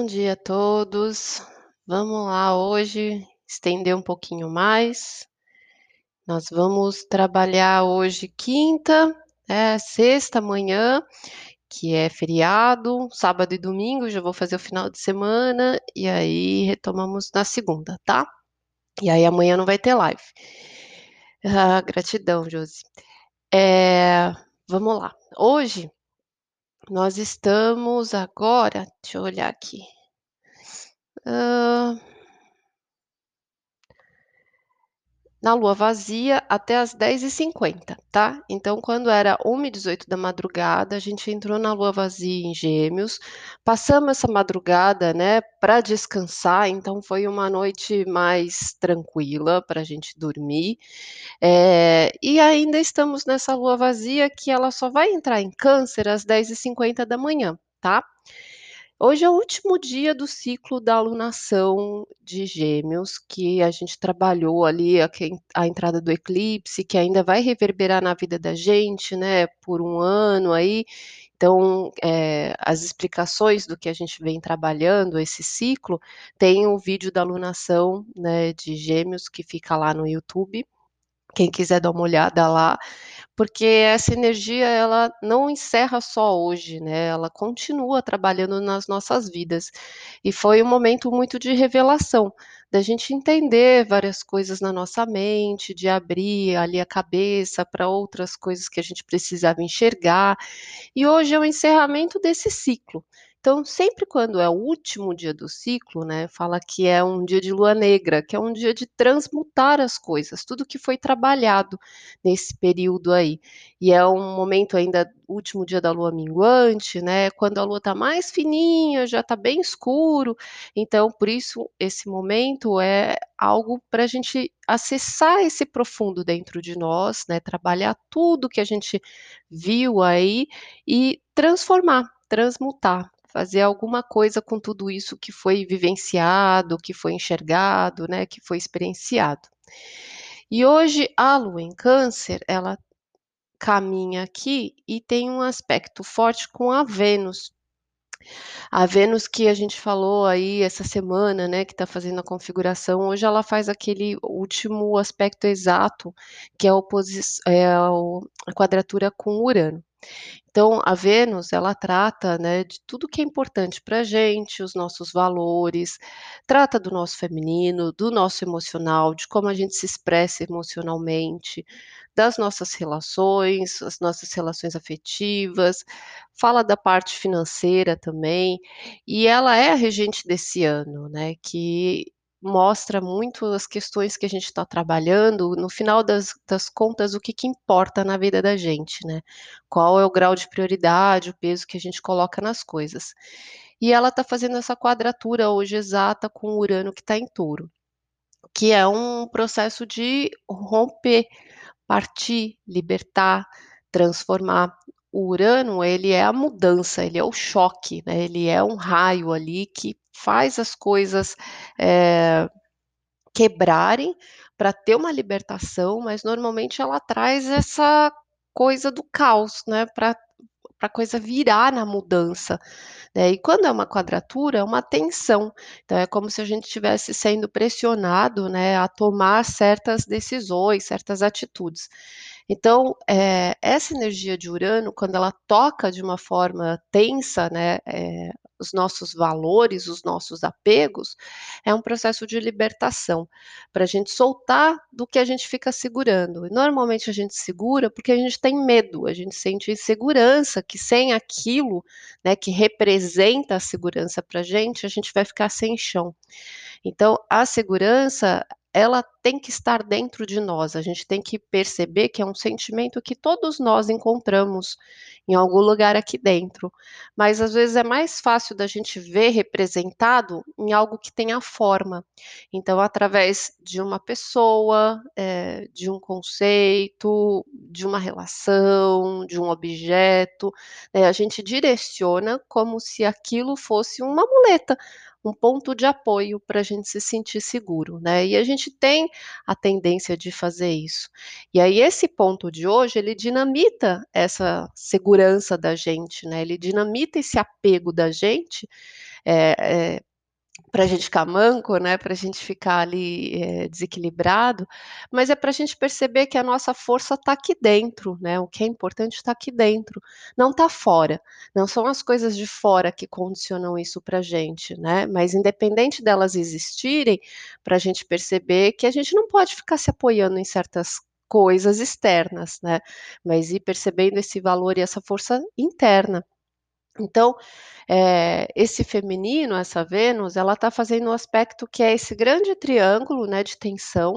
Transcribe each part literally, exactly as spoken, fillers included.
Bom dia a todos. Vamos lá hoje estender um pouquinho mais. Nós vamos trabalhar hoje quinta, é, sexta amanhã, que é feriado, sábado e domingo, já vou fazer o final de semana e aí retomamos na segunda, tá? E aí amanhã não vai ter live. Ah, gratidão, Josi. É, vamos lá. Hoje nós estamos agora, deixa eu olhar aqui. Ah, na lua vazia até as dez e cinquenta, tá? Então, quando era uma e dezoito da madrugada, a gente entrou na lua vazia em Gêmeos, passamos essa madrugada, né, para descansar, então foi uma noite mais tranquila para a gente dormir. Eh, e ainda estamos nessa lua vazia que ela só vai entrar em Câncer às dez e cinquenta da manhã, tá? Hoje é o último dia do ciclo da alunação de Gêmeos, que a gente trabalhou ali a quen a entrada do eclipse, que ainda vai reverberar na vida da gente, né, por um ano aí. Então, eh, as explicações do que a gente vem trabalhando, esse ciclo, tem o vídeo da alunação, né, de Gêmeos que fica lá no YouTube. Quem quiser dar uma olhada lá, porque essa energia ela não encerra só hoje, né, ela continua trabalhando nas nossas vidas. E foi um momento muito de revelação, da gente entender várias coisas na nossa mente, de abrir ali a cabeça para outras coisas que a gente precisava enxergar. E hoje é o encerramento desse ciclo. Então, sempre quando é o último dia do ciclo, né, fala que é um dia de lua negra, que é um dia de transmutar as coisas, tudo que foi trabalhado nesse período aí. E é um momento ainda, último dia da lua minguante, né, quando a lua está mais fininha, já está bem escuro. Então, por isso, esse momento é algo para a gente acessar esse profundo dentro de nós, né, trabalhar tudo que a gente viu aí e transformar, transmutar, fazer alguma coisa com tudo isso que foi vivenciado, que foi enxergado, né, que foi experienciado. E hoje a lua em Câncer, ela caminha aqui e tem um aspecto forte com a Vênus. A Vênus que a gente falou aí essa semana, né, que está fazendo a configuração, hoje ela faz aquele último aspecto exato, que é a oposi é o a quadratura com Urano. Então, a Vênus, ela trata, né, de tudo que é importante para a gente, os nossos valores, trata do nosso feminino, do nosso emocional, de como a gente se expressa emocionalmente, das nossas relações, as nossas relações afetivas, fala da parte financeira também, e ela é a regente desse ano, né, que mostra muito as questões que a gente está trabalhando, no final das das contas, o que que importa na vida da gente, né. Qual é o grau de prioridade, o peso que a gente coloca nas coisas. E ela está fazendo essa quadratura hoje exata com o Urano que está em Touro, que é um processo de romper, partir, libertar, transformar. O Urano, ele é a mudança, ele é o choque, né, ele é um raio ali que faz as coisas, eh, quebrarem para ter uma libertação, mas normalmente ela traz essa coisa do caos, né, para para a coisa virar na mudança, né. E quando é uma quadratura, é uma tensão, então é como se a gente estivesse sendo pressionado, né, a tomar certas decisões, certas atitudes. Então, eh, essa energia de Urano, quando ela toca de uma forma tensa, né, eh, os nossos valores, os nossos apegos, é um processo de libertação, para a gente soltar do que a gente fica segurando. E normalmente a gente segura porque a gente tem medo, a gente sente insegurança, que sem aquilo, né, que representa a segurança para a gente, a gente vai ficar sem chão. Então, a segurança, ela tem que estar dentro de nós, a gente tem que perceber que é um sentimento que todos nós encontramos em algum lugar aqui dentro, mas às vezes é mais fácil da gente ver representado em algo que tenha forma. Então, através de uma pessoa, eh, de um conceito, de uma relação, de um objeto, eh, a gente direciona como se aquilo fosse uma muleta, um ponto de apoio para a gente se sentir seguro, né, e a gente tem a tendência de fazer isso. E aí esse ponto de hoje, ele dinamita essa segurança da gente, né, ele dinamita esse apego da gente, eh eh, pra gente ficar manco, né, pra gente ficar ali, eh, desequilibrado, mas é pra gente perceber que a nossa força tá aqui dentro, né, o que é importante tá aqui dentro, não tá fora. Não são as coisas de fora que condicionam isso pra gente, né, mas independente delas existirem, pra gente perceber que a gente não pode ficar se apoiando em certas coisas externas, né, mas ir percebendo esse valor e essa força interna. Então, eh, esse feminino, essa Vênus, ela está fazendo um aspecto que é esse grande triângulo, né, de tensão,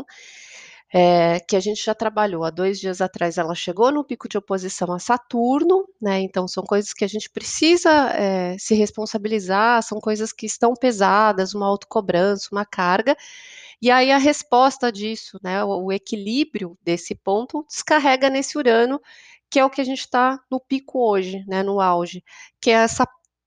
eh, que a gente já trabalhou. Há dois dias atrás ela chegou no pico de oposição a Saturno, né, então são coisas que a gente precisa, eh, se responsabilizar, são coisas que estão pesadas, uma autocobrança, uma carga, e aí a resposta disso, né, o o equilíbrio desse ponto descarrega nesse Urano, que é o que a gente está no pico hoje, né, no auge, que é essa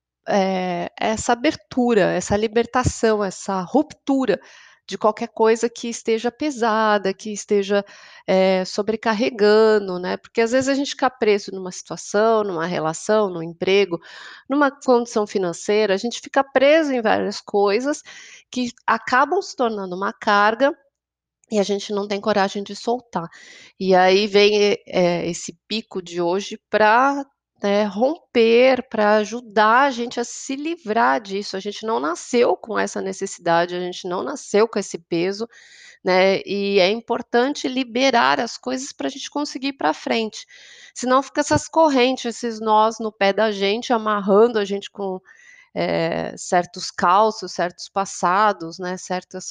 eh, essa abertura, essa libertação, essa ruptura de qualquer coisa que esteja pesada, que esteja, eh, sobrecarregando, né, porque às vezes a gente fica preso numa situação, numa relação, num emprego, numa condição financeira, a gente fica preso em várias coisas que acabam se tornando uma carga e a gente não tem coragem de soltar. E aí vem, eh, esse pico de hoje para, né, romper, para ajudar a gente a se livrar disso. A gente não nasceu com essa necessidade, a gente não nasceu com esse peso, né, e é importante liberar as coisas para a gente conseguir ir para frente. Senão fica essas correntes, esses nós no pé da gente, amarrando a gente com, eh, certos causos, certos passados, né, certas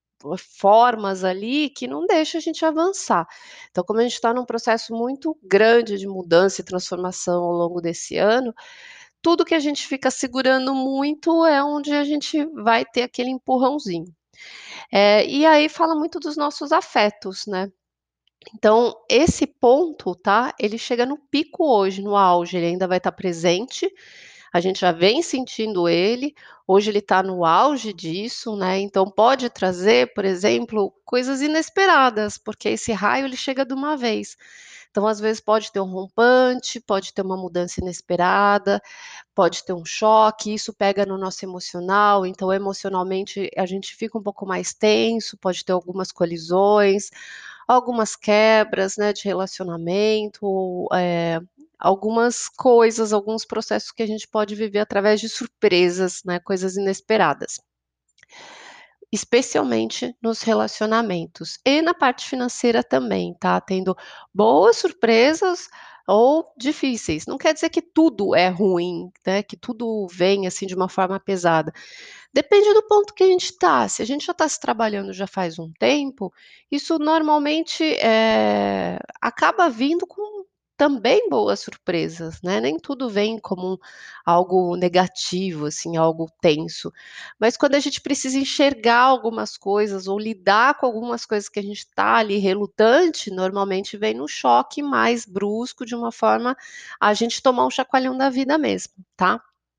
formas ali que não deixa a gente avançar. Então, como a gente está num processo muito grande de mudança e transformação ao longo desse ano, tudo que a gente fica segurando muito é onde a gente vai ter aquele empurrãozinho. Eh, e aí fala muito dos nossos afetos, né. Então, esse ponto, tá, ele chega no pico hoje, no auge, ele ainda vai estar presente, a gente já vem sentindo ele, hoje ele está no auge disso, né, então pode trazer, por exemplo, coisas inesperadas, porque esse raio ele chega de uma vez. Então, às vezes, pode ter um rompante, pode ter uma mudança inesperada, pode ter um choque, isso pega no nosso emocional, então emocionalmente a gente fica um pouco mais tenso, pode ter algumas colisões, algumas quebras, né, de relacionamento, eh, algumas coisas, alguns processos que a gente pode viver através de surpresas, né, coisas inesperadas. Especialmente nos relacionamentos e na parte financeira também, tá, tendo boas surpresas ou difíceis. Não quer dizer que tudo é ruim, né, que tudo vem, assim, de uma forma pesada. Depende do ponto que a gente está. Se a gente já está se trabalhando já faz um tempo, isso normalmente, eh, acaba vindo com também boas surpresas, né, nem tudo vem como um algo negativo, assim, algo tenso. Mas quando a gente precisa enxergar algumas coisas ou lidar com algumas coisas que a gente está ali relutante, normalmente vem no choque mais brusco, de uma forma a gente tomar um chacoalhão da vida mesmo, tá.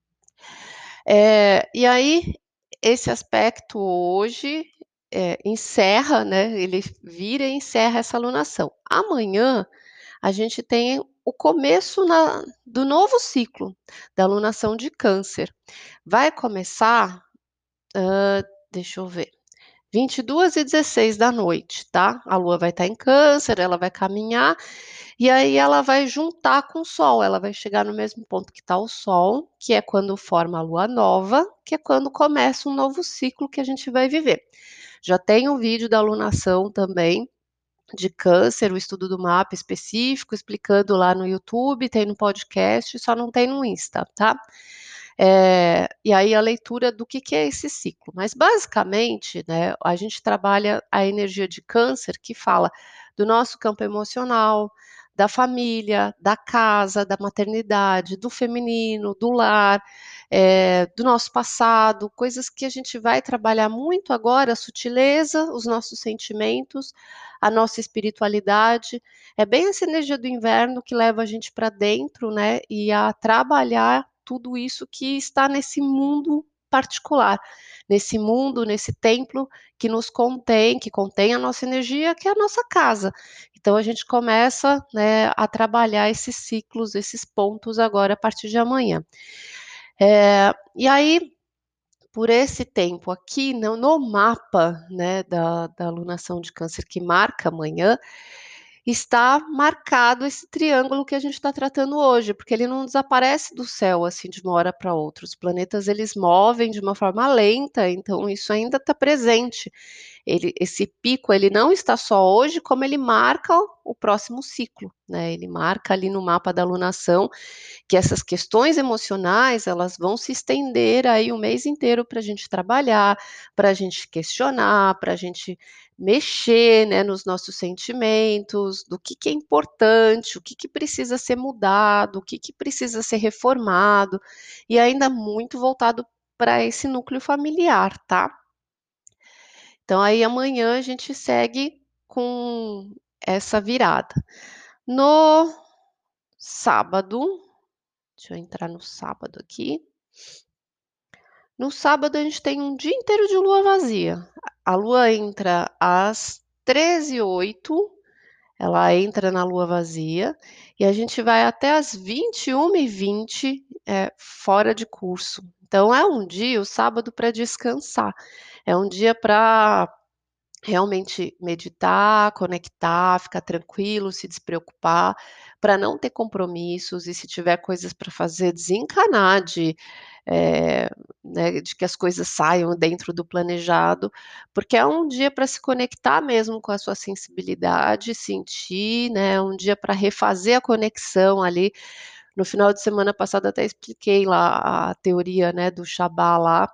Eh, e aí, esse aspecto hoje, eh, encerra, né, ele vira e encerra essa alunação. Amanhã, a gente tem o começo na do novo ciclo, da alunação de Câncer. Vai começar, hã, deixa eu ver, vinte e duas e dezesseis da noite, tá. A Lua vai estar em Câncer, ela vai caminhar, e aí ela vai juntar com o Sol, ela vai chegar no mesmo ponto que está o Sol, que é quando forma a Lua nova, que é quando começa um novo ciclo que a gente vai viver. Já tem um vídeo da alunação também, de Câncer, o estudo do mapa específico, explicando lá no YouTube, tem no podcast, só não tem no Insta, tá. Eh, e aí a leitura do que que é esse ciclo. Mas basicamente, né, a gente trabalha a energia de Câncer que fala do nosso campo emocional, da família, da casa, da maternidade, do feminino, do lar, eh, do nosso passado, coisas que a gente vai trabalhar muito agora, a sutileza, os nossos sentimentos, a nossa espiritualidade. É bem essa energia do inverno que leva a gente para dentro, né, e a trabalhar tudo isso que está nesse mundo particular, nesse mundo, nesse templo que nos contém, que contém a nossa energia, que é a nossa casa. Então a gente começa, né, a trabalhar esses ciclos, esses pontos agora a partir de amanhã. Eh, e aí, por esse tempo aqui, no no mapa, né, da da alunação de Câncer que marca amanhã, está marcado esse triângulo que a gente está tratando hoje, porque ele não desaparece do céu, assim, de uma hora para outra. Os planetas, eles movem de uma forma lenta, então isso ainda está presente. Ele esse pico, ele não está só hoje, como ele marca o próximo ciclo, né, ele marca ali no mapa da alunação que essas questões emocionais, elas vão se estender aí o mês inteiro para a gente trabalhar, para a gente questionar, para a gente mexer, né, nos nossos sentimentos, do que que é importante, o que que precisa ser mudado, o que que precisa ser reformado, e ainda muito voltado para esse núcleo familiar, tá. Então aí amanhã a gente segue com essa virada. No sábado, deixa eu entrar no sábado aqui. No sábado a gente tem um dia inteiro de lua vazia. A lua entra às treze e oito, ela entra na lua vazia, e a gente vai até às vinte e uma e vinte, eh, fora de curso. Então é um dia, o sábado, para descansar. É um dia para realmente meditar, conectar, ficar tranquilo, se despreocupar, para não ter compromissos e se tiver coisas para fazer, desencanar de, eh, né, de que as coisas saiam dentro do planejado, porque é um dia para se conectar mesmo com a sua sensibilidade, sentir, né, um dia para refazer a conexão ali. No final de semana passado até expliquei lá a teoria, né, do Shabá lá,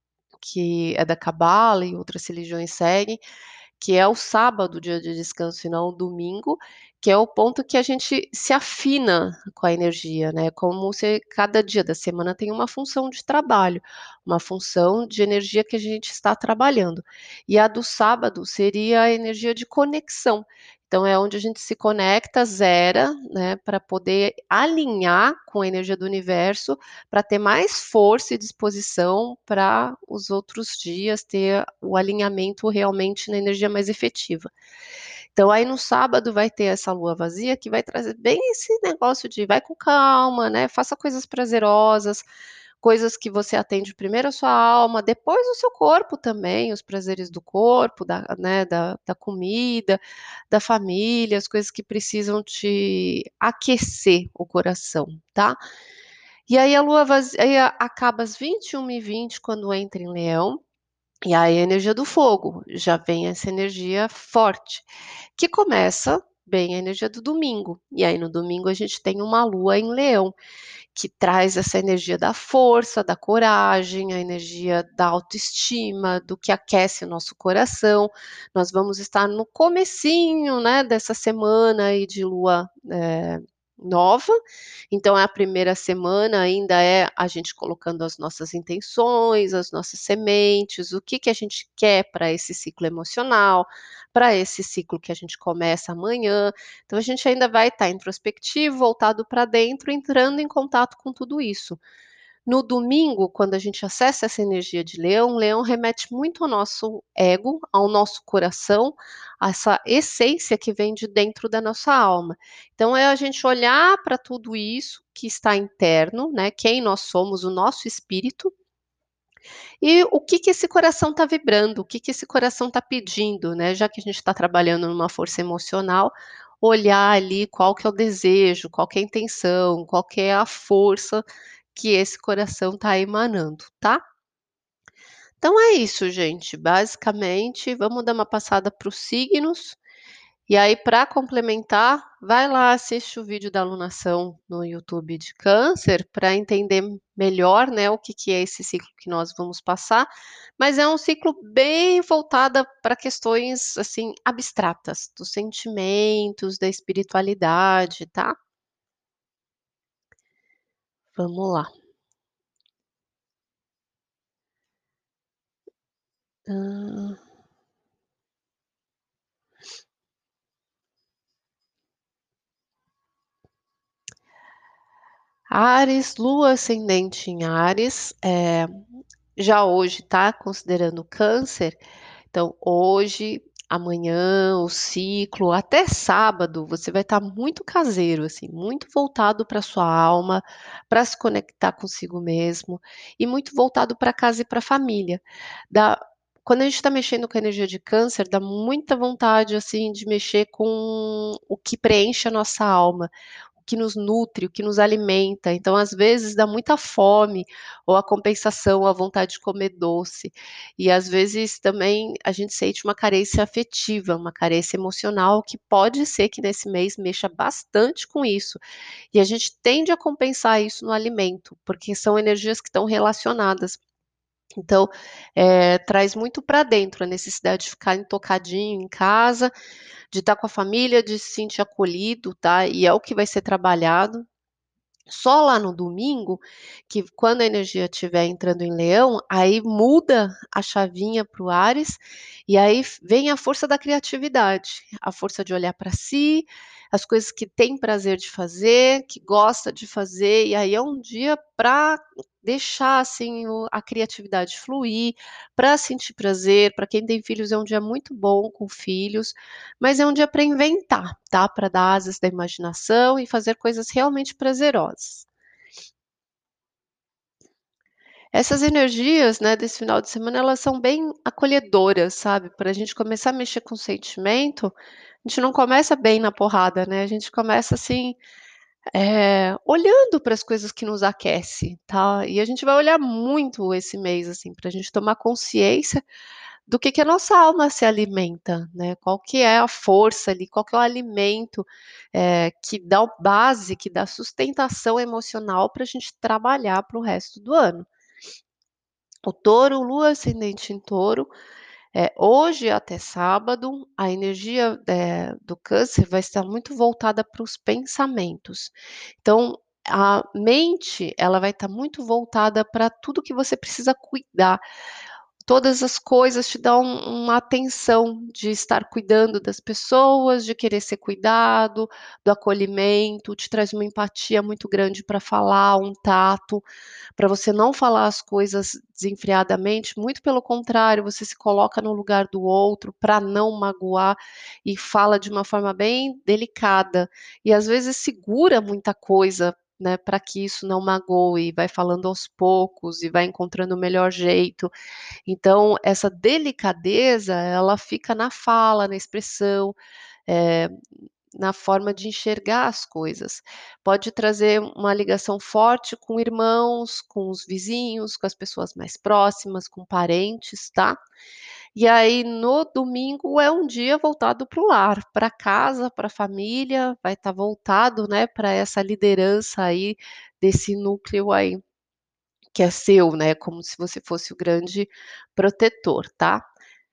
que é da Cabala e outras religiões seguem, que é o sábado, dia de descanso, e não o domingo, que é o ponto que a gente se afina com a energia, né, como se cada dia da semana tem uma função de trabalho, uma função de energia que a gente está trabalhando. E a do sábado seria a energia de conexão. Então é onde a gente se conecta, zera, né, para poder alinhar com a energia do universo, para ter mais força e disposição para os outros dias ter o alinhamento realmente na energia mais efetiva. Então aí no sábado vai ter essa lua vazia que vai trazer bem esse negócio de vai com calma, né, faça coisas prazerosas, coisas que você atende primeiro a sua alma, depois o seu corpo também, os prazeres do corpo, da, né, da, da comida, da família, as coisas que precisam te aquecer o coração, tá? E aí a lua vazia acaba às vinte e uma e vinte quando entra em Leão, e aí a energia do fogo, já vem essa energia forte, que começa bem a energia do domingo. E aí no domingo a gente tem uma lua em Leão, que traz essa energia da força, da coragem, a energia da autoestima, do que aquece o nosso coração. Nós vamos estar no comecinho, né, dessa semana aí de lua, eh, nova, então é a primeira semana, ainda é a gente colocando as nossas intenções, as nossas sementes, o que que a gente quer para esse ciclo emocional, para esse ciclo que a gente começa amanhã. Então a gente ainda vai estar introspectivo, voltado para dentro, entrando em contato com tudo isso. No domingo, quando a gente acessa essa energia de Leão, Leão remete muito ao nosso ego, ao nosso coração, a essa essência que vem de dentro da nossa alma. Então é a gente olhar para tudo isso que está interno, né, quem nós somos, o nosso espírito, e o que que esse coração está vibrando, o que que esse coração está pedindo, né, já que a gente está trabalhando numa força emocional, olhar ali qual que é o desejo, qual que é a intenção, qual que é a força que esse coração está emanando, tá? Então é isso, gente. Basicamente, vamos dar uma passada para os signos. E aí, para complementar, vai lá, assiste o vídeo da alunação no YouTube de Câncer para entender melhor, né, o que que é esse ciclo que nós vamos passar. Mas é um ciclo bem voltado para questões assim abstratas, dos sentimentos, da espiritualidade, tá? Vamos lá. Hã, Áries, lua ascendente em Áries, eh Já hoje tá considerando Câncer, então hoje, amanhã, o ciclo, até sábado, você vai estar muito caseiro, assim, muito voltado para sua alma, para se conectar consigo mesmo e muito voltado para casa e para família. Dá Quando a gente está mexendo com a energia de Câncer, dá muita vontade, assim, de mexer com o que preenche a nossa alma, que nos nutre, o que nos alimenta. Então, às vezes, dá muita fome, ou a compensação, a vontade de comer doce. E às vezes também a gente sente uma carência afetiva, uma carência emocional, que pode ser que nesse mês mexa bastante com isso. E a gente tende a compensar isso no alimento, porque são energias que estão relacionadas. Então, eh, traz muito para dentro a necessidade de ficar intocadinho em casa, de estar com a família, de se sentir acolhido, tá? E é o que vai ser trabalhado. Só lá no domingo, que quando a energia estiver entrando em Leão, aí muda a chavinha para o Áries, e aí f vem a força da criatividade, a força de olhar para si, as coisas que tem prazer de fazer, que gosta de fazer, e aí é um dia para deixar, assim, o a criatividade fluir, para sentir prazer. Para quem tem filhos é um dia muito bom com filhos, mas é um dia para inventar, tá, para dar asas da imaginação e fazer coisas realmente prazerosas. Essas energias, né, desse final de semana, elas são bem acolhedoras, sabe, para a gente começar a mexer com o sentimento, a gente não começa bem na porrada, né, a gente começa assim, eh, olhando para as coisas que nos aquece, tá, e a gente vai olhar muito esse mês, assim, para a gente tomar consciência do que que a nossa alma se alimenta, né, qual que é a força ali, qual que é o alimento, eh, que dá o base, que dá sustentação emocional para a gente trabalhar para o resto do ano. O touro, lua ascendente em touro, eh, hoje até sábado, a energia, eh, do câncer vai estar muito voltada para os pensamentos. Então, a mente, ela vai estar muito voltada para tudo que você precisa cuidar. Todas as coisas te dão uma atenção de estar cuidando das pessoas, de querer ser cuidado, do acolhimento, te traz uma empatia muito grande para falar, um tato, para você não falar as coisas desenfreadamente, muito pelo contrário, você se coloca no lugar do outro para não magoar e fala de uma forma bem delicada. E às vezes segura muita coisa, né, para que isso não magoe, vai falando aos poucos e vai encontrando o melhor jeito. Então, essa delicadeza, ela fica na fala, na expressão, eh, na forma de enxergar as coisas. Pode trazer uma ligação forte com irmãos, com os vizinhos, com as pessoas mais próximas, com parentes, tá. E aí, no domingo, é um dia voltado para o lar, para casa, para a família, vai estar voltado, né, para essa liderança aí, desse núcleo aí que é seu, né, como se você fosse o grande protetor, tá.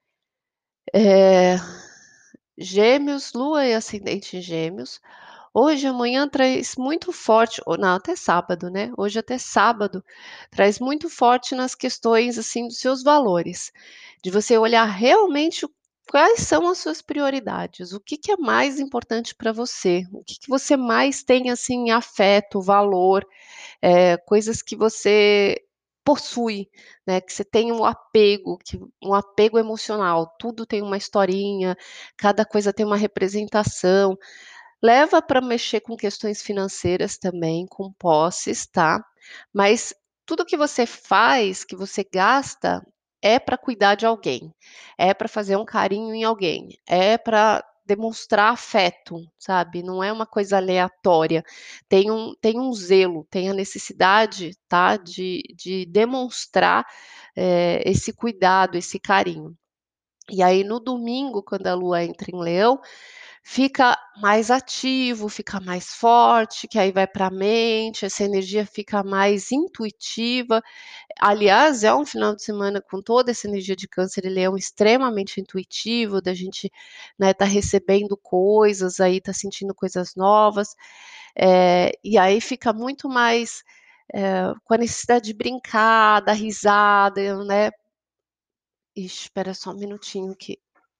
Eh, Gêmeos, lua e ascendente em Gêmeos, hoje, amanhã traz muito forte, ou não, até sábado, né, hoje até sábado, traz muito forte nas questões, assim, dos seus valores, de você olhar realmente o quais são as suas prioridades, o que que é mais importante para você, o que que você mais tem, assim, afeto, valor, eh, coisas que você possui, né, que você tem um apego, que um apego emocional, tudo tem uma historinha, cada coisa tem uma representação. Leva para mexer com questões financeiras também, com posses, tá, mas tudo que você faz, que você gasta, é para cuidar de alguém, é para fazer um carinho em alguém, é para demonstrar afeto, sabe, não é uma coisa aleatória, tem um tem um zelo, tem a necessidade, tá, de de demonstrar, eh, esse cuidado, esse carinho. E aí no domingo, quando a lua entra em Leão, fica mais ativo, fica mais forte, que aí vai para a mente, essa energia fica mais intuitiva. Aliás, é um final de semana com toda essa energia de Câncer e Leão extremamente intuitivo, da gente, né, tá recebendo coisas, aí tá sentindo coisas novas, eh, e aí fica muito mais, eh, com a necessidade de brincar, dar risada, né. Ixi, espera só um minutinho que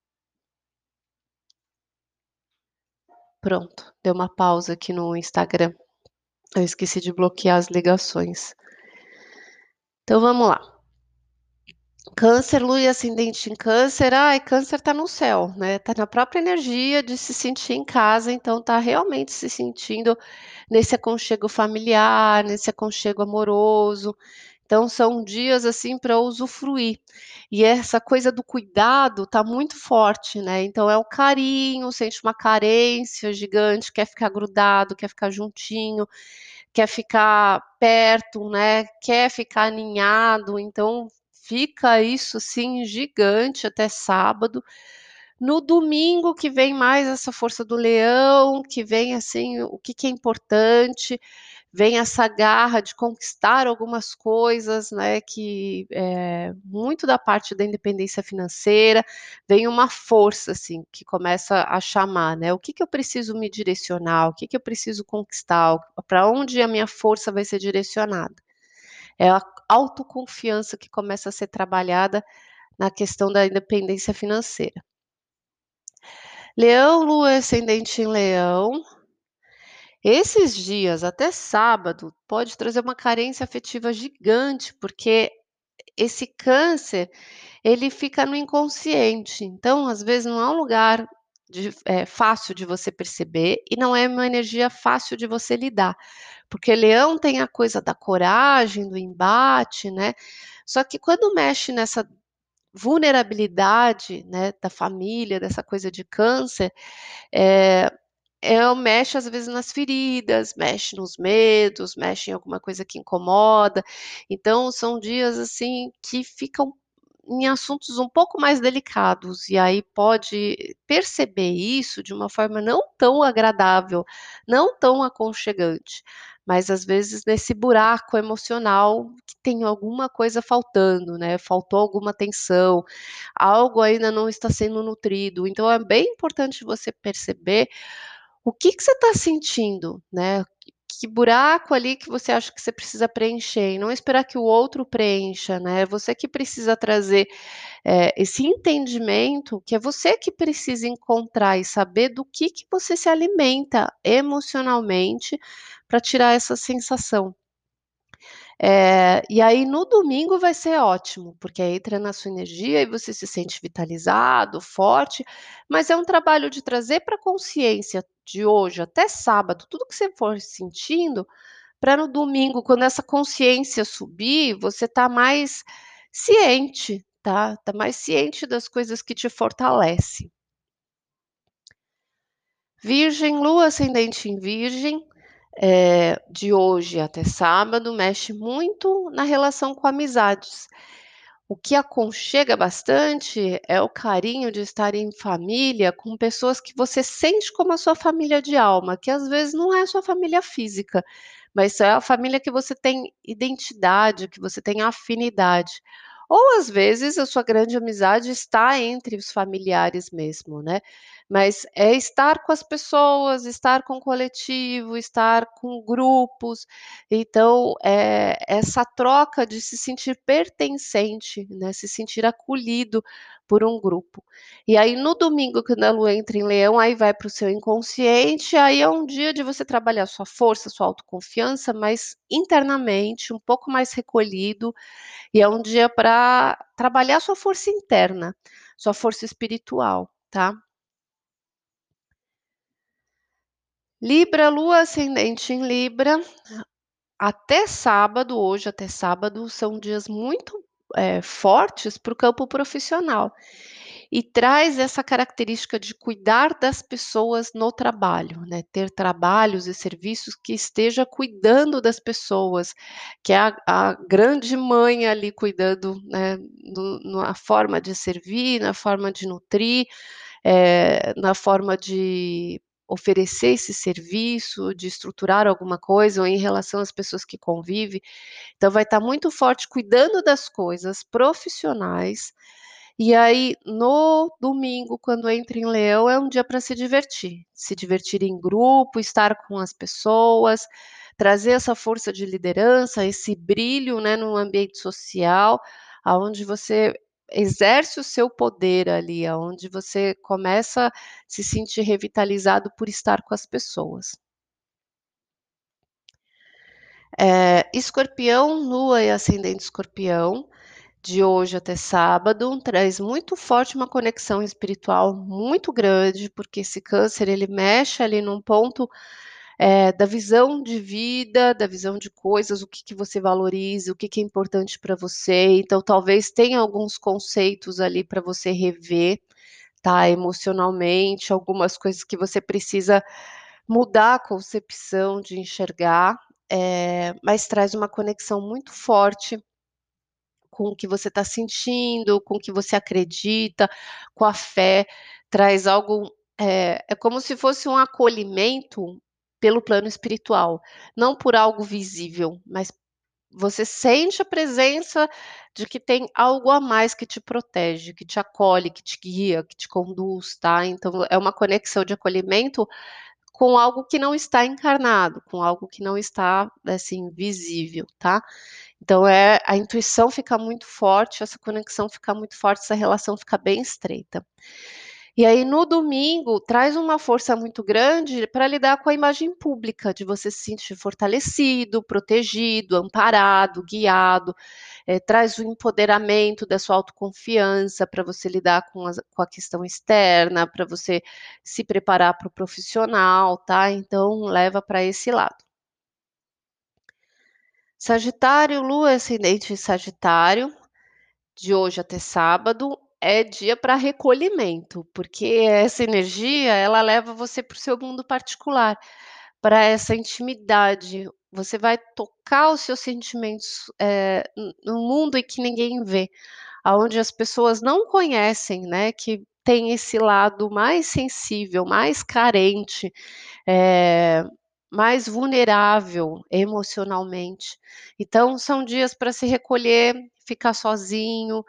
pronto, deu uma pausa aqui no Instagram. Eu esqueci de bloquear as ligações. Então vamos lá. Câncer, lua e ascendente em câncer, ai, câncer tá no céu, né, tá na própria energia de se sentir em casa, então tá realmente se sentindo nesse aconchego familiar, nesse aconchego amoroso. Então são dias, assim, para usufruir. E essa coisa do cuidado tá muito forte, né, então é o carinho, sente uma carência gigante, quer ficar grudado, quer ficar juntinho, quer ficar perto, né, quer ficar aninhado, então fica isso, assim, gigante até sábado. No domingo que vem mais essa força do leão, que vem, assim, o que que é importante, vem essa garra de conquistar algumas coisas, né, que, eh, muito da parte da independência financeira, vem uma força, assim, que começa a chamar, né, o que que eu preciso me direcionar, o que que eu preciso conquistar, para onde a minha força vai ser direcionada. É a autoconfiança que começa a ser trabalhada na questão da independência financeira. Leão, lua ascendente em leão, esses dias até sábado pode trazer uma carência afetiva gigante, porque esse câncer, ele fica no inconsciente, então às vezes não é um lugar de eh, fácil de você perceber e não é uma energia fácil de você lidar, porque leão tem a coisa da coragem, do embate, né, só que quando mexe nessa vulnerabilidade, né, da família, dessa coisa de câncer, eh é, mexe às vezes nas feridas, mexe nos medos, mexe em alguma coisa que incomoda. Então são dias, assim, que ficam em assuntos um pouco mais delicados, e aí pode perceber isso de uma forma não tão agradável, não tão aconchegante, mas às vezes nesse buraco emocional que tem alguma coisa faltando, né, faltou alguma atenção, algo ainda não está sendo nutrido. Então é bem importante você perceber o que que você está sentindo, né, que que buraco ali que você acha que você precisa preencher e não esperar que o outro preencha, né, é você que precisa trazer, eh, esse entendimento que é você que precisa encontrar e saber do que que você se alimenta emocionalmente para tirar essa sensação. Eh, e aí no domingo vai ser ótimo, porque aí entra na sua energia e você se sente vitalizado, forte, mas é um trabalho de trazer para a consciência de hoje até sábado, tudo que você for sentindo, para no domingo, quando essa consciência subir, você tá mais ciente, tá, tá mais ciente das coisas que te fortalece. Virgem, lua ascendente em virgem, eh, de hoje até sábado, mexe muito na relação com amizades. O que aconchega bastante é o carinho de estar em família com pessoas que você sente como a sua família de alma, que às vezes não é a sua família física, mas é a família que você tem identidade, que você tem afinidade. Ou às vezes a sua grande amizade está entre os familiares mesmo, né? Mas é estar com as pessoas, estar com o coletivo, estar com grupos. Então, eh, essa troca de se sentir pertencente, né, se sentir acolhido por um grupo. E aí no domingo, quando a lua entra em leão, aí vai para o seu inconsciente, aí é um dia de você trabalhar sua força, sua autoconfiança, mas internamente, um pouco mais recolhido, e é um dia para trabalhar sua força interna, sua força espiritual, tá. Libra, lua ascendente em Libra, até sábado, hoje até sábado, são dias muito, eh, fortes para o campo profissional. E traz essa característica de cuidar das pessoas no trabalho, né, ter trabalhos e serviços que esteja cuidando das pessoas, que é a a grande mãe ali cuidando, né, do na forma de servir, na forma de nutrir, eh, na forma de oferecer esse serviço, de estruturar alguma coisa ou em relação às pessoas que convive. Então vai estar muito forte cuidando das coisas profissionais, e aí no domingo, quando entra em leão, é um dia para se divertir, se divertir em grupo, estar com as pessoas, trazer essa força de liderança, esse brilho, né, no ambiente social, aonde você exerce o seu poder ali, aonde você começa a se sentir revitalizado por estar com as pessoas. Eh, escorpião, lua e ascendente escorpião, de hoje até sábado, traz muito forte uma conexão espiritual muito grande, porque esse câncer ele mexe ali num ponto, eh, da visão de vida, da visão de coisas, o que que você valoriza, o que que é importante para você, então talvez tenha alguns conceitos ali para você rever, tá, emocionalmente, algumas coisas que você precisa mudar a concepção de enxergar, eh, mas traz uma conexão muito forte com o que você está sentindo, com o que você acredita, com a fé, traz algo, eh, é como se fosse um acolhimento pelo plano espiritual, não por algo visível, mas você sente a presença de que tem algo a mais que te protege, que te acolhe, que te guia, que te conduz, tá. Então é uma conexão de acolhimento com algo que não está encarnado, com algo que não está, assim, visível, tá. Então é a intuição fica muito forte, essa conexão fica muito forte, essa relação fica bem estreita. E aí no domingo traz uma força muito grande para lidar com a imagem pública, de você se sentir fortalecido, protegido, amparado, guiado, eh, traz o empoderamento da sua autoconfiança para você lidar com as com a questão externa, para você se preparar para o profissional, tá, então leva para esse lado. Sagitário, lua ascendente em Sagitário, de hoje até sábado, é dia para recolhimento, porque essa energia, ela leva você para o seu mundo particular, para essa intimidade. Você vai tocar os seus sentimentos, eh, n num mundo em que ninguém vê, aonde as pessoas não conhecem, né, que tem esse lado mais sensível, mais carente, eh, mais vulnerável emocionalmente. Então são dias para se recolher, ficar sozinho,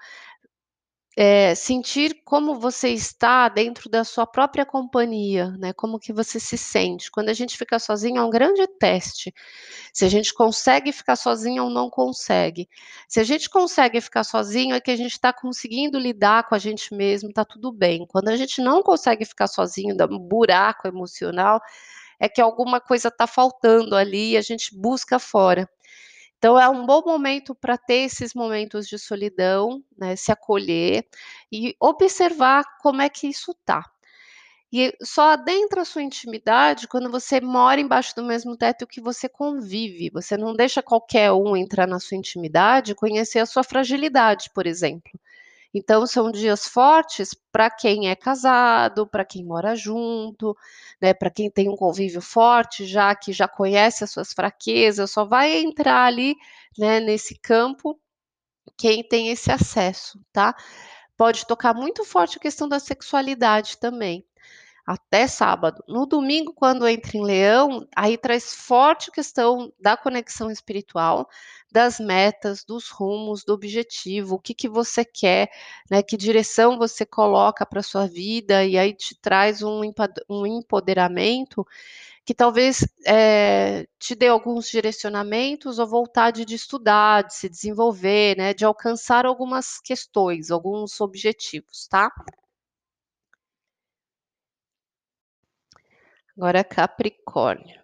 eh, sentir como você está dentro da sua própria companhia, né, como que você se sente. Quando a gente fica sozinho é um grande teste, se a gente consegue ficar sozinho ou não consegue. Se a gente consegue ficar sozinho é que a gente está conseguindo lidar com a gente mesmo, está tudo bem. Quando a gente não consegue ficar sozinho, dá um buraco emocional, é que alguma coisa está faltando ali e a gente busca fora. Então é um bom momento para ter esses momentos de solidão, né, se acolher e observar como é que isso tá. E só adentra a sua intimidade quando você mora embaixo do mesmo teto que você convive, você não deixa qualquer um entrar na sua intimidade e conhecer a sua fragilidade, por exemplo. Então são dias fortes para quem é casado, para quem mora junto, né, para quem tem um convívio forte já, que já conhece as suas fraquezas, só vai entrar ali, né, nesse campo, quem tem esse acesso, tá. Pode tocar muito forte a questão da sexualidade também, até sábado. No domingo, quando entra em Leão, aí traz forte questão da conexão espiritual, das metas, dos rumos, do objetivo, o que que você quer, né, que direção você coloca para sua vida, e aí te traz um empad um empoderamento que talvez, eh, te dê alguns direcionamentos ou vontade de estudar, de se desenvolver, né, de alcançar algumas questões, alguns objetivos, tá. Agora Capricórnio.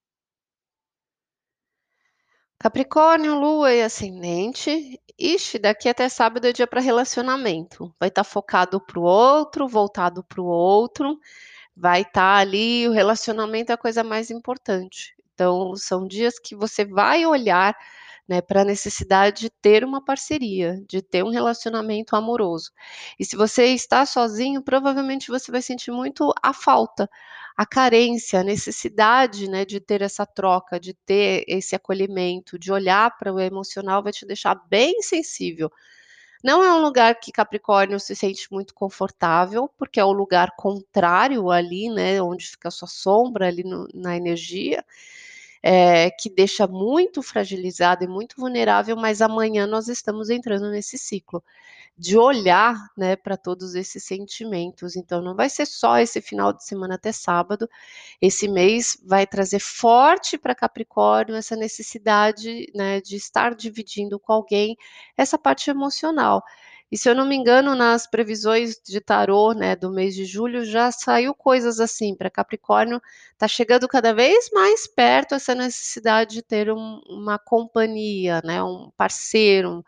Capricórnio, lua e ascendente. Ixi, daqui até sábado é dia para relacionamento. Vai estar focado para o outro, voltado para o outro, vai estar ali, o relacionamento é a coisa mais importante. Então, são dias que você vai olhar, né, para a necessidade de ter uma parceria, de ter um relacionamento amoroso. E se você está sozinho, provavelmente você vai sentir muito a falta, a carência, a necessidade, né, de ter essa troca, de ter esse acolhimento, de olhar para o emocional, vai te deixar bem sensível. Não é um lugar que Capricórnio se sente muito confortável, porque é o lugar contrário ali, né, onde fica a sua sombra ali no na energia, eh, que deixa muito fragilizado e muito vulnerável, mas amanhã nós estamos entrando nesse ciclo de olhar, né, para todos esses sentimentos. Então não vai ser só esse final de semana até sábado, esse mês vai trazer forte para Capricórnio essa necessidade, né, de estar dividindo com alguém essa parte emocional. E se eu não me engano, nas previsões de tarô, né, do mês de julho, já saiu coisas assim, para Capricórnio está chegando cada vez mais perto essa necessidade de ter um uma companhia, né, um parceiro,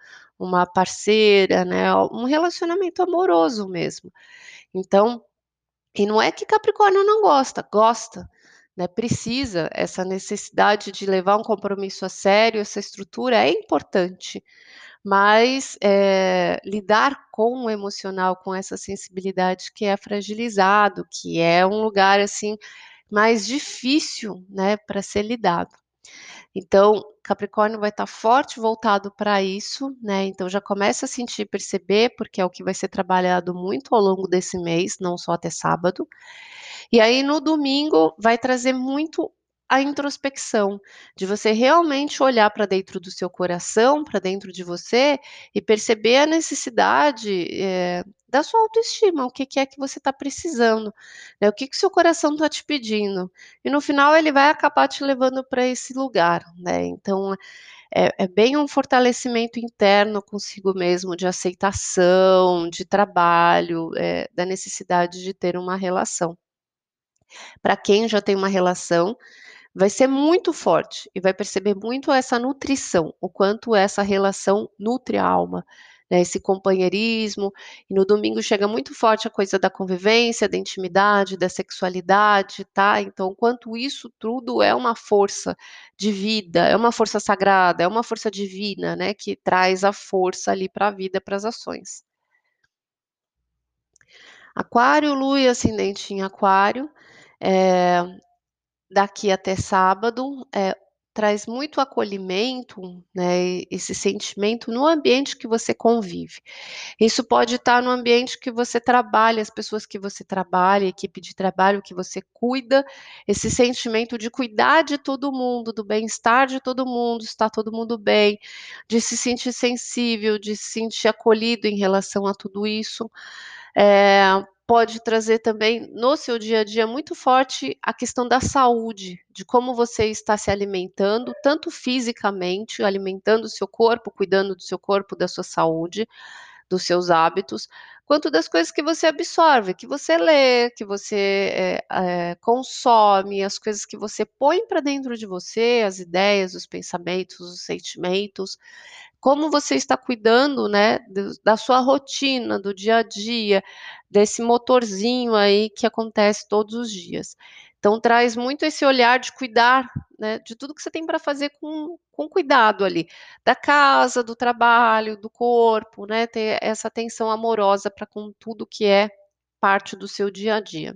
uma parceira, né, um relacionamento amoroso mesmo. Então e não é que Capricórnio não gosta, gosta, né, precisa, essa necessidade de levar um compromisso a sério, essa estrutura é importante, mas, eh, lidar com o emocional, com essa sensibilidade que é fragilizado, que é um lugar, assim, mais difícil, né, para ser lidado. Então, Capricórnio vai estar forte voltado para isso, né, então já começa a sentir, perceber, porque é o que vai ser trabalhado muito ao longo desse mês, não só até sábado. E aí no domingo vai trazer muito a introspecção, de você realmente olhar para dentro do seu coração, para dentro de você, e perceber a necessidade, eh, da sua autoestima, o que que é que você está precisando, né, o que que o seu coração está te pedindo. E no final ele vai acabar te levando para esse lugar, né, então é é bem um fortalecimento interno consigo mesmo, de aceitação, de trabalho, eh, da necessidade de ter uma relação. Para quem já tem uma relação, vai ser muito forte e vai perceber muito essa nutrição, o quanto essa relação nutre a alma, né, esse companheirismo. E no domingo chega muito forte a coisa da convivência, da intimidade, da sexualidade, tá. Então o quanto isso tudo é uma força de vida, é uma força sagrada, é uma força divina, né, que traz a força ali para a vida, para as ações. Aquário, Lua e ascendente em Aquário, eh daqui até sábado, eh, traz muito acolhimento, né, esse sentimento no ambiente que você convive. Isso pode estar no ambiente que você trabalha, as pessoas que você trabalha, a equipe de trabalho que você cuida, esse sentimento de cuidar de todo mundo, do bem-estar de todo mundo, estar todo mundo bem, de se sentir sensível, de se sentir acolhido em relação a tudo isso. Eh, Pode trazer também no seu dia a dia muito forte a questão da saúde, de como você está se alimentando, tanto fisicamente, alimentando o seu corpo, cuidando do seu corpo, da sua saúde, dos seus hábitos, quanto das coisas que você absorve, que você lê, que você, eh eh, consome, as coisas que você põe para dentro de você, as ideias, os pensamentos, os sentimentos. Como você está cuidando, né, do da sua rotina, do dia a dia, desse motorzinho aí que acontece todos os dias. Então traz muito esse olhar de cuidar, né, de tudo que você tem para fazer com com cuidado ali, da casa, do trabalho, do corpo, né, ter essa atenção amorosa para com tudo que é parte do seu dia a dia.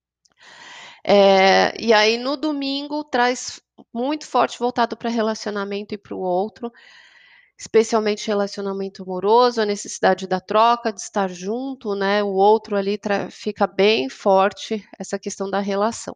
Eh, e aí no domingo traz muito forte voltado para relacionamento e para o outro, especialmente relacionamento amoroso, a necessidade da troca, de estar junto, né, o outro ali tra fica bem forte essa questão da relação.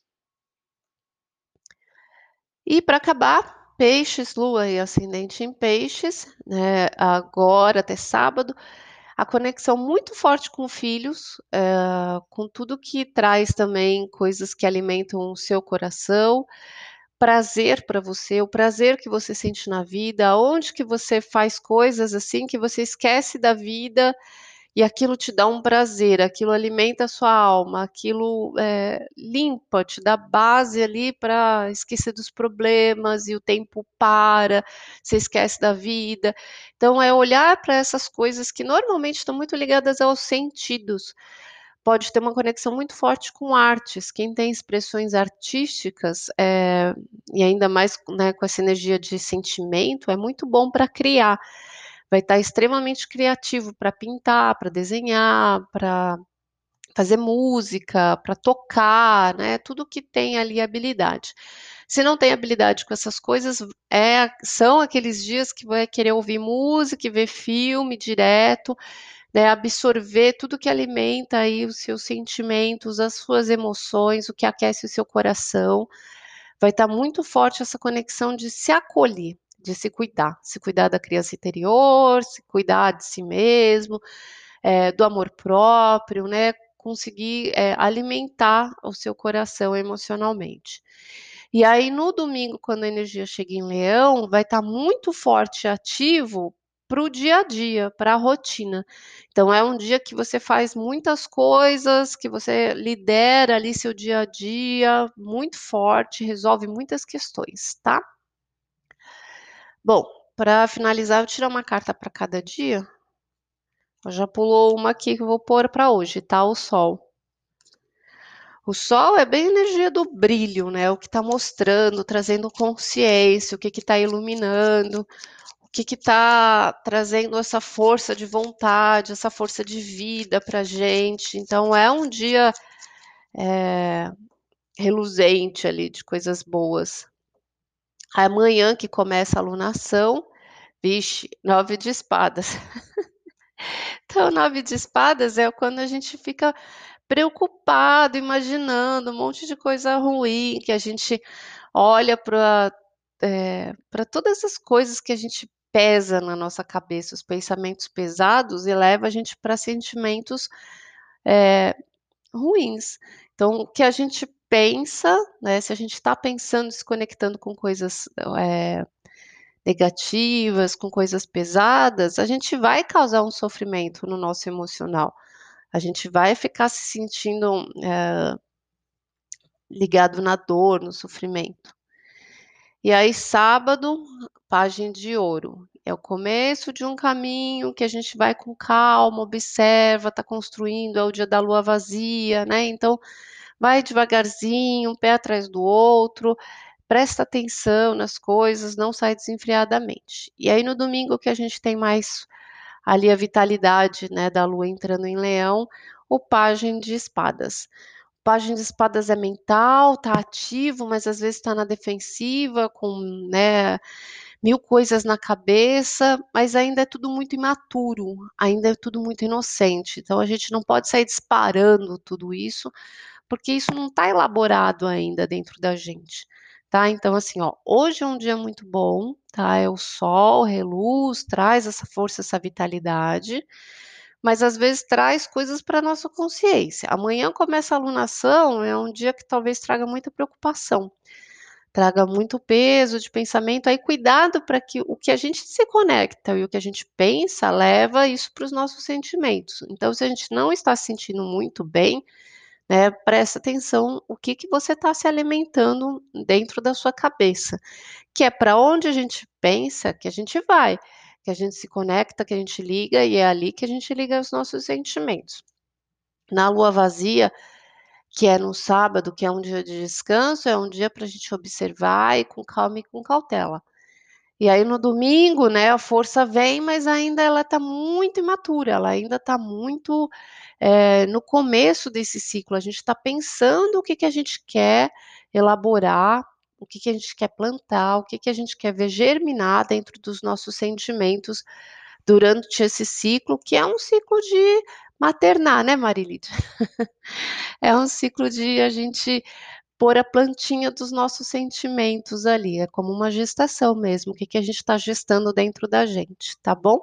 E para acabar, peixes, lua e ascendente em peixes, né, agora até sábado, a conexão muito forte com filhos, eh, com tudo que traz também coisas que alimentam o seu coração, prazer para você, o prazer que você sente na vida, onde que você faz coisas, assim, que você esquece da vida e aquilo te dá um prazer, aquilo alimenta a sua alma, aquilo, eh, limpa, te dá base ali para esquecer dos problemas e o tempo para, você esquece da vida. Então é olhar para essas coisas que normalmente estão muito ligadas aos sentidos. Pode ter uma conexão muito forte com artes, quem tem expressões artísticas, eh, e ainda mais, né, com essa energia de sentimento, é muito bom para criar. Vai estar extremamente criativo para pintar, para desenhar, para fazer música, para tocar, né, tudo que tem ali habilidade. Se não tem habilidade com essas coisas, é são aqueles dias que vai querer ouvir música e ver filme direto, né, absorver tudo que alimenta aí os seus sentimentos, as suas emoções, o que aquece o seu coração. Vai estar muito forte essa conexão de se acolher, de se cuidar, se cuidar da criança interior, se cuidar de si mesmo, eh, do amor próprio, né, conseguir, eh, alimentar o seu coração emocionalmente. E aí no domingo, quando a energia chega em Leão, vai estar muito forte e ativo para o dia a dia, para a rotina. Então é um dia que você faz muitas coisas, que você lidera ali seu dia a dia muito forte, resolve muitas questões, tá? Bom, Pra finalizar, eu tirar uma carta pra cada dia? Já pulou uma aqui que eu vou pôr pra hoje, tá, o sol. O sol é bem a energia do brilho, né, o que tá mostrando, trazendo consciência, o que que tá iluminando, o que que tá trazendo essa força de vontade, essa força de vida pra gente. Então é um dia, eh, reluzente ali de coisas boas. Amanhã que começa a alunação, vixe, nove de espadas. Então, nove de espadas é quando a gente fica preocupado, imaginando um monte de coisa ruim, que a gente olha pra, eh, pra todas essas coisas que a gente pesa na nossa cabeça, os pensamentos pesados e leva a gente pra sentimentos, eh, ruins. Então, o que a gente pensa, né, se a gente tá pensando, se conectando com coisas, eh, negativas, com coisas pesadas, a gente vai causar um sofrimento no nosso emocional. A gente vai ficar se sentindo, eh, ligado na dor, no sofrimento. E aí sábado, Pagem de Ouro. É o começo de um caminho que a gente vai com calma, observa, tá construindo, é o dia da lua vazia, né, então vai devagarzinho, um pé atrás do outro, presta atenção nas coisas, não sai desenfreadamente. E aí no domingo que a gente tem mais ali a vitalidade, né, da lua entrando em Leão, o Pagem de Espadas. Pagem de Espadas é mental, tá ativo, mas às vezes tá na defensiva com, né, mil coisas na cabeça, mas ainda é tudo muito imaturo, ainda é tudo muito inocente. Então a gente não pode sair disparando tudo isso, porque isso não tá elaborado ainda dentro da gente, tá. Então assim, ó, hoje é um dia muito bom, tá, é o sol, reluz, traz essa força, essa vitalidade, mas às vezes traz coisas pra nossa consciência. Amanhã começa a alunação, é um dia que talvez traga muita preocupação, traga muito peso de pensamento, aí cuidado pra que o que a gente se conecta e o que a gente pensa, leva isso para os nossos sentimentos. Então se a gente não está se sentindo muito bem, né, presta atenção o que que você tá se alimentando dentro da sua cabeça, que é pra onde a gente pensa que a gente vai, que a gente se conecta, que a gente liga e é ali que a gente liga os nossos sentimentos. Na lua vazia, que é no sábado, que é um dia de descanso, é um dia pra gente observar e com calma e com cautela. E aí no domingo, né, a força vem, mas ainda ela tá muito imatura, ela ainda tá muito, eh, no começo desse ciclo, a gente tá pensando o que que a gente quer elaborar, o que que a gente quer plantar, o que que a gente quer ver germinar dentro dos nossos sentimentos durante esse ciclo, que é um ciclo de maternar, né, Marilith. É um ciclo de a gente pôr a plantinha dos nossos sentimentos ali, é como uma gestação mesmo, o que que a gente tá gestando dentro da gente, tá bom?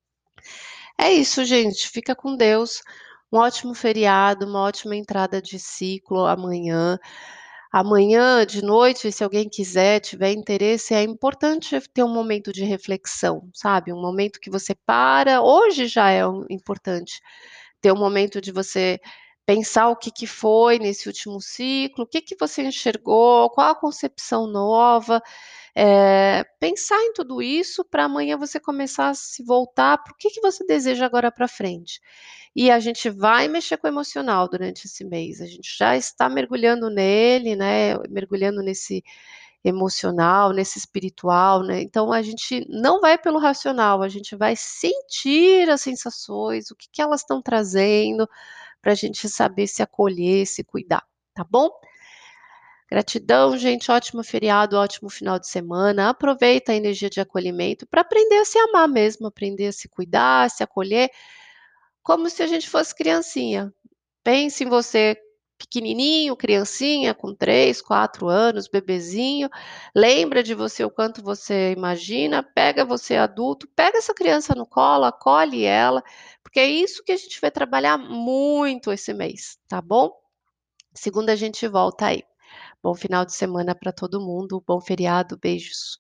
É isso gente, fica com Deus, um ótimo feriado, uma ótima entrada de ciclo amanhã. Amanhã de noite, se alguém quiser, tiver interesse, é importante ter um momento de reflexão, sabe, um momento que você para hoje já é um importante, ter um momento de você pensar o que que foi nesse último ciclo, o que que você enxergou, qual a concepção nova, eh, pensar em tudo isso pra amanhã você começar a se voltar para o que que você deseja agora pra frente. E a gente vai mexer com o emocional durante esse mês, a gente já está mergulhando nele, né, mergulhando nesse emocional, nesse espiritual, né, então a gente não vai pelo racional, a gente vai sentir as sensações, o que que elas estão trazendo, pra gente saber se acolher, se cuidar, tá bom? Gratidão gente, ótimo feriado, ótimo final de semana, aproveita a energia de acolhimento pra aprender a se amar mesmo, aprender a se cuidar, se acolher, como se a gente fosse criancinha. Pense em você pequenininho, criancinha com três, quatro anos, bebezinho, lembra de você o quanto você imagina, pega você adulto, pega essa criança no colo, acolhe ela, porque é isso que a gente vai trabalhar muito esse mês, tá bom? Segunda a gente volta aí. Bom final de semana pra todo mundo, bom feriado, beijos.